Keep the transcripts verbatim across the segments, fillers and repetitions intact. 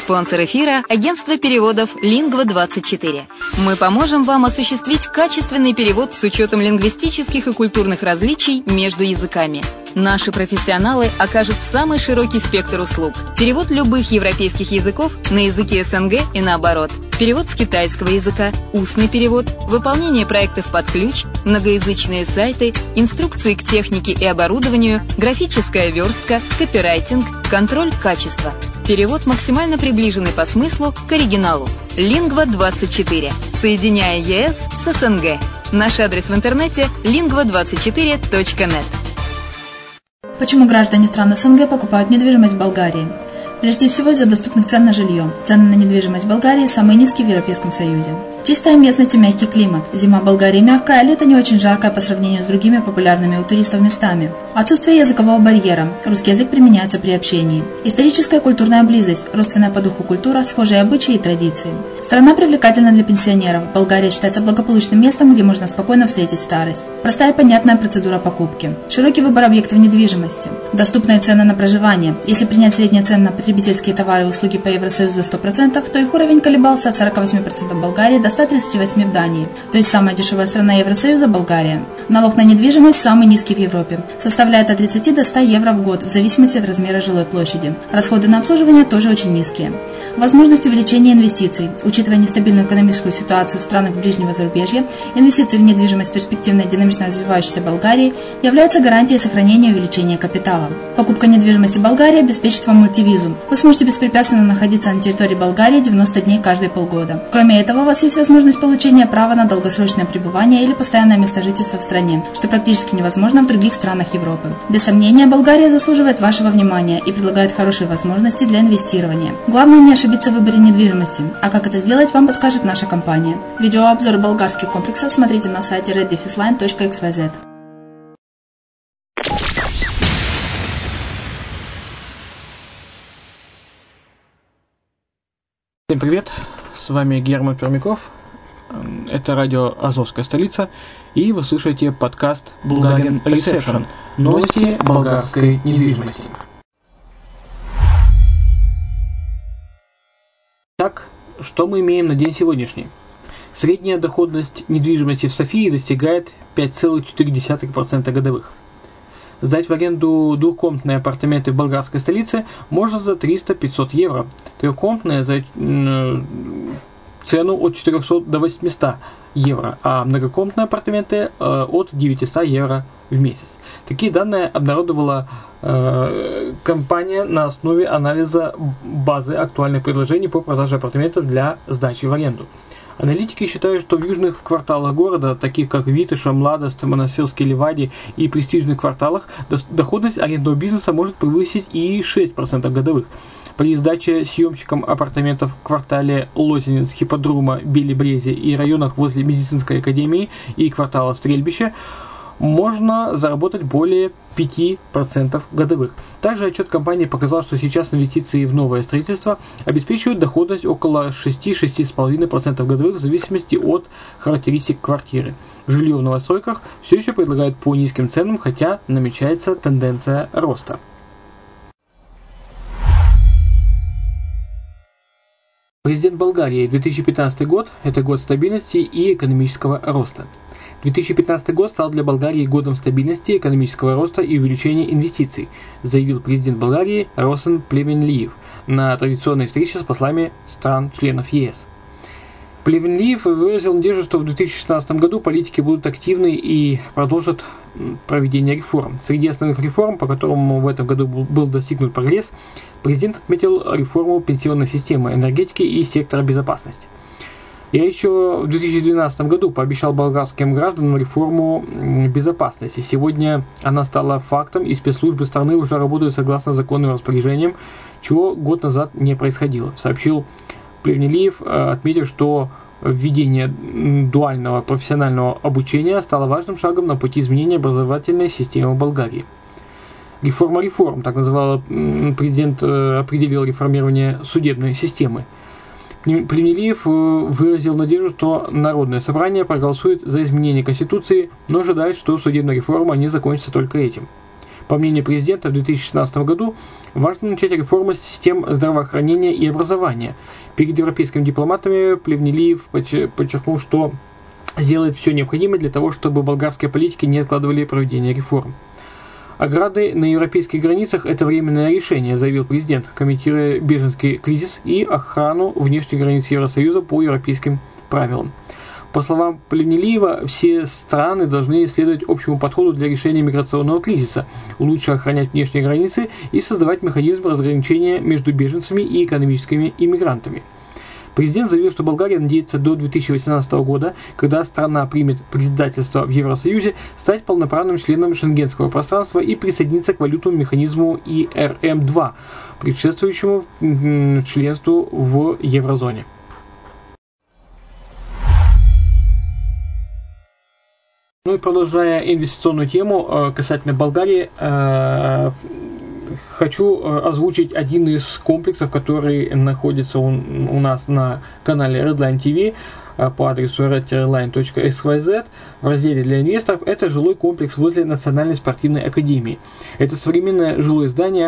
Спонсор эфира – агентство переводов Lingva двадцать четыре. Мы поможем вам осуществить качественный перевод с учетом лингвистических и культурных различий между языками. Наши профессионалы окажут самый широкий спектр услуг. Перевод любых европейских языков на языки СНГ и наоборот. Перевод с китайского языка, устный перевод, выполнение проектов под ключ, многоязычные сайты, инструкции к технике и оборудованию, графическая верстка, копирайтинг, контроль качества. Перевод максимально приближенный по смыслу к оригиналу. Lingva двадцать четыре. Соединяя ЕС с СНГ. Наш адрес в интернете lingva двадцать четыре точка нет. Почему граждане стран СНГ покупают недвижимость в Болгарии? Прежде всего из-за доступных цен на жилье. Цены на недвижимость в Болгарии самые низкие в Европейском Союзе. Чистая местность и мягкий климат. Зима в Болгарии мягкая, а лето не очень жаркое по сравнению с другими популярными у туристов местами. Отсутствие языкового барьера. Русский язык применяется при общении. Историческая и культурная близость. Родственная по духу культура, схожие обычаи и традиции. Страна привлекательна для пенсионеров. Болгария считается благополучным местом, где можно спокойно встретить старость. Простая и понятная процедура покупки. Широкий выбор объектов недвижимости. Доступные цены на проживание. Если принять средние цены на потребительские товары и услуги по Евросоюзу за сто процентов, то их уровень колебался от сорок восемь процентов в Болгарии до ста тридцати восьми процентов в Дании. То есть самая дешевая страна Евросоюза – Болгария. Налог на недвижимость самый низкий в Европе. Составляет от тридцати до ста евро в год, в зависимости от размера жилой площади. Расходы на обслуживание тоже очень низкие. Возможность увеличения инвестиций. Учитывая нестабильную экономическую ситуацию в странах ближнего зарубежья, инвестиции в недвижимость в перспективной динамично развивающейся Болгарии являются гарантией сохранения и увеличения капитала. Покупка недвижимости в Болгарии обеспечит вам мультивизу. Вы сможете беспрепятственно находиться на территории Болгарии девяносто дней каждые полгода. Кроме этого, у вас есть возможность получения права на долгосрочное пребывание или постоянное место жительства в стране, что практически невозможно в других странах Европы. Без сомнения, Болгария заслуживает вашего внимания и предлагает хорошие возможности для инвестирования. Главное не ошибиться в выборе недвижимости, а как это сделать, вам подскажет наша компания. Видеообзор болгарских комплексов смотрите на сайте red dash line точка икс вай зет. Всем привет, с вами Герман Пермяков, это радио «Азовская столица», и вы слушаете подкаст «Bulgarian Reception» – новости болгарской недвижимости. Так, что мы имеем на день сегодняшний? Средняя доходность недвижимости в Софии достигает пять целых четыре десятых процента годовых. Сдать в аренду двухкомнатные апартаменты в болгарской столице можно за триста-пятьсот евро, трехкомнатные за э, цену от четырехсот до восьмисот евро, а многокомнатные апартаменты э, от девятисот евро в месяц. Такие данные обнародовала э, компания на основе анализа базы актуальных предложений по продаже апартаментов для сдачи в аренду. Аналитики считают, что в южных кварталах города, таких как Витоша, Младост, Монастырский Ливади и престижных кварталах, доходность арендного бизнеса может превысить и шесть процентов годовых. При сдаче съемщикам апартаментов в квартале Лозенец, Хипподрума, Белебрезе и районах возле медицинской академии и квартала Стрельбище можно заработать более пяти процентов годовых. Также отчет компании показал, что сейчас инвестиции в новое строительство обеспечивают доходность около шесть-шесть целых пять десятых процента годовых в зависимости от характеристик квартиры. Жилье в новостройках все еще предлагают по низким ценам, хотя намечается тенденция роста. Президент Болгарии две тысячи пятнадцатый год – это год стабильности и экономического роста. две тысячи пятнадцатый год стал для Болгарии годом стабильности, экономического роста и увеличения инвестиций, заявил президент Болгарии Росен Плевнелиев на традиционной встрече с послами стран-членов ЕС. Плевнелиев выразил надежду, что в две тысячи шестнадцатом году политики будут активны и продолжат проведение реформ. Среди основных реформ, по которым в этом году был достигнут прогресс, президент отметил реформу пенсионной системы, энергетики и сектора безопасности. Я еще в две тысячи двенадцатом году пообещал болгарским гражданам реформу безопасности. Сегодня она стала фактом, и спецслужбы страны уже работают согласно законным распоряжениям, чего год назад не происходило, сообщил Плевнелиев, отметив, что введение дуального профессионального обучения стало важным шагом на пути изменения образовательной системы Болгарии. Реформа реформ, так называл президент, определил реформирование судебной системы. Плевнелиев выразил надежду, что Народное собрание проголосует за изменение Конституции, но ожидает, что судебная реформа не закончится только этим. По мнению президента, в две тысячи шестнадцатом году важно начать реформу систем здравоохранения и образования. Перед европейскими дипломатами Плевнелиев подчеркнул, что сделает все необходимое для того, чтобы болгарские политики не откладывали проведение реформ. Ограды на европейских границах – это временное решение, заявил президент, комментируя беженский кризис и охрану внешних границ Евросоюза по европейским правилам. По словам Плевнелиева, все страны должны следовать общему подходу для решения миграционного кризиса, лучше охранять внешние границы и создавать механизм разграничения между беженцами и экономическими иммигрантами. Президент заявил, что Болгария надеется до две тысячи восемнадцатого года, когда страна примет председательство в Евросоюзе, стать полноправным членом Шенгенского пространства и присоединиться к валютному механизму И Р М два, предшествующему членству в еврозоне. Ну и продолжая инвестиционную тему касательно Болгарии, хочу озвучить один из комплексов, который находится у, у нас на канале Redline ти ви по адресу red line точка эс вай зет в разделе для инвесторов. Это жилой комплекс возле Национальной спортивной академии. Это современное жилое здание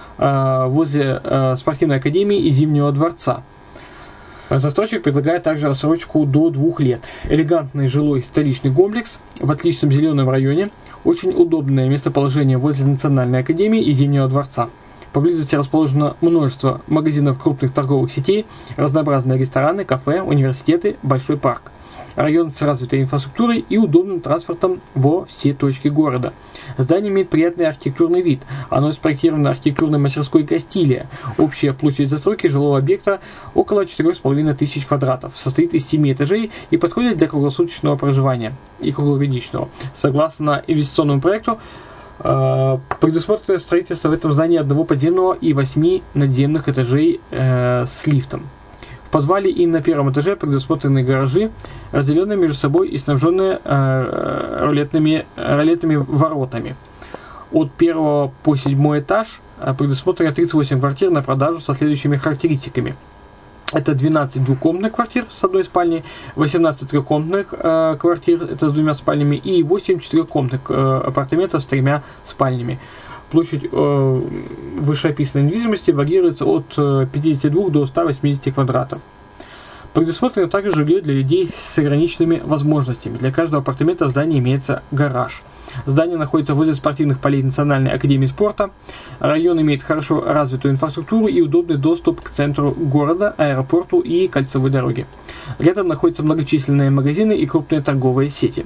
возле спортивной академии и Зимнего дворца. Застройщик предлагает также рассрочку до двух лет. Элегантный жилой столичный комплекс в отличном зеленом районе, очень удобное местоположение возле Национальной академии и Зимнего дворца. Поблизости расположено множество магазинов крупных торговых сетей, разнообразные рестораны, кафе, университеты, большой парк. Район с развитой инфраструктурой и удобным транспортом во все точки города. Здание имеет приятный архитектурный вид. Оно спроектировано архитектурной мастерской Кастилия. Общая площадь застройки жилого объекта около четырех с половиной тысяч квадратов. Состоит из семи этажей и подходит для круглосуточного проживания и круглогодичного. Согласно инвестиционному проекту, предусмотрено строительство в этом здании одного подземного и восьми надземных этажей э, с лифтом. В подвале и на первом этаже предусмотрены гаражи, разделенные между собой и снабженные э, ролетными, ролетными воротами. От первого по седьмой этаж предусмотрено тридцать восемь квартир на продажу со следующими характеристиками. Это двенадцать двухкомнатных квартир с одной спальней, восемнадцать трехкомнатных э, квартир, это с двумя спальнями, и восемь четырехкомнатных э, апартаментов с тремя спальнями. Площадь э, вышеописанной недвижимости варьируется от пятидесяти двух до ста восьмидесяти квадратов. Предусмотрено также жилье для людей с ограниченными возможностями. Для каждого апартамента в здании имеется гараж. Здание находится возле спортивных полей Национальной академии спорта. Район имеет хорошо развитую инфраструктуру и удобный доступ к центру города, аэропорту и кольцевой дороге. Рядом находятся многочисленные магазины и крупные торговые сети.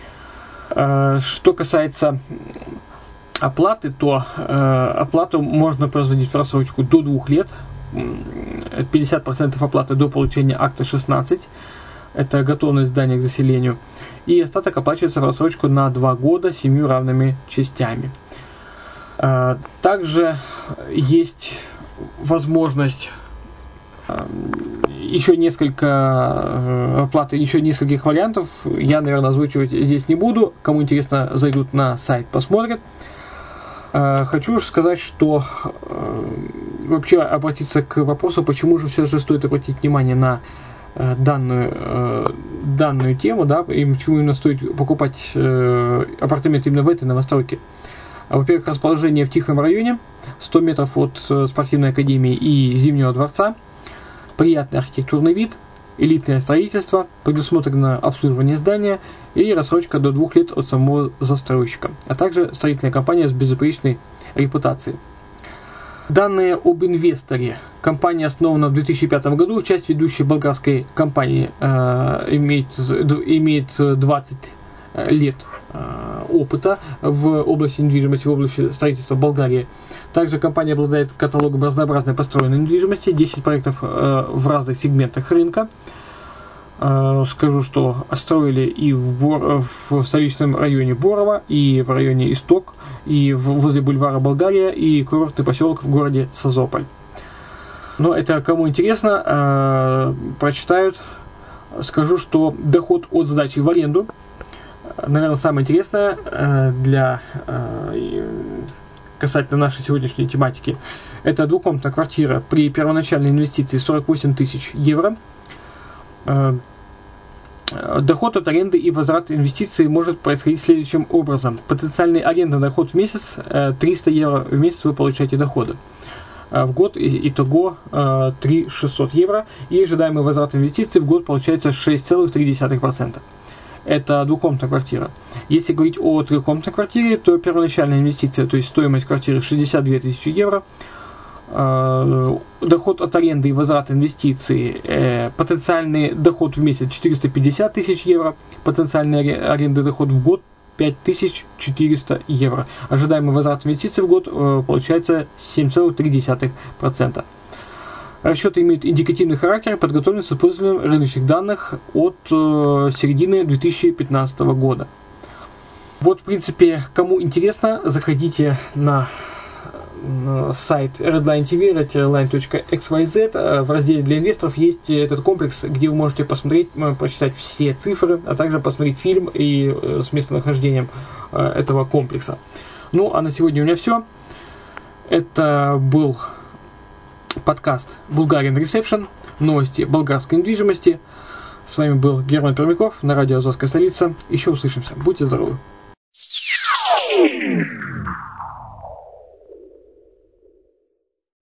Что касается оплаты, то оплату можно производить в рассрочку до двух лет. пятьдесят процентов оплаты до получения акта шестнадцать. Это готовность здания к заселению. И остаток оплачивается в рассрочку на два года семью равными частями. Также есть возможность еще несколько оплаты, еще нескольких вариантов. Я, наверное, озвучивать здесь не буду. Кому интересно, зайдут на сайт, посмотрят. Хочу сказать, что вообще обратиться к вопросу, почему же все же стоит обратить внимание на данную, данную тему, да, и почему именно стоит покупать апартаменты именно в этой новостройке. Во-первых, расположение в тихом районе, сто метров от спортивной академии и Зимнего дворца, приятный архитектурный вид, элитное строительство, предусмотрено обслуживание здания и рассрочка до двух лет от самого застройщика, а также строительная компания с безупречной репутацией. Данные об инвесторе. Компания основана в две тысячи пятом году. Часть ведущей болгарской компании э, имеет, имеет двадцать лет э, опыта в области недвижимости, в области строительства в Болгарии. Также компания обладает каталогом разнообразной построенной недвижимости, десять проектов э, в разных сегментах рынка. Э, скажу, что строили и в, Бор, в столичном районе Борово, и в районе Исток, и в, возле бульвара Болгария, и курортный поселок в городе Созополь. Но это кому интересно, э, прочитают. Скажу, что доход от сдачи в аренду, наверное, самое интересное э, для э, касательно нашей сегодняшней тематики. Это двухкомнатная квартира при первоначальной инвестиции сорок восемь тысяч евро. Э, Доход от аренды и возврат инвестиций может происходить следующим образом. Потенциальный арендный доход в месяц триста евро в месяц вы получаете дохода. В год итого три тысячи шестьсот евро, и ожидаемый возврат инвестиций в год получается шесть целых три десятых процента. Это двухкомнатная квартира. Если говорить о трехкомнатной квартире, то первоначальная инвестиция, то есть стоимость квартиры шестьдесят две тысячи евро, доход от аренды и возврат инвестиций, потенциальный доход в месяц четыреста пятьдесят тысяч евро, потенциальный арендный доход в год пять тысяч четыреста евро. Ожидаемый возврат инвестиций в год получается семь целых три десятых процента. Расчеты имеют индикативный характер, подготовлены с использованием рыночных данных от середины две тысячи пятнадцатого года. Вот, в принципе, кому интересно, заходите на сайт redline ти ви, redline точка экс вай зет. В разделе для инвесторов есть этот комплекс, где вы можете посмотреть, прочитать все цифры, а также посмотреть фильм и с местонахождением этого комплекса. Ну, а на сегодня у меня все. Это был подкаст Bulgarian Reception, новости болгарской недвижимости. С вами был Герман Пермяков на радио «Азовская столица». Еще услышимся. Будьте здоровы.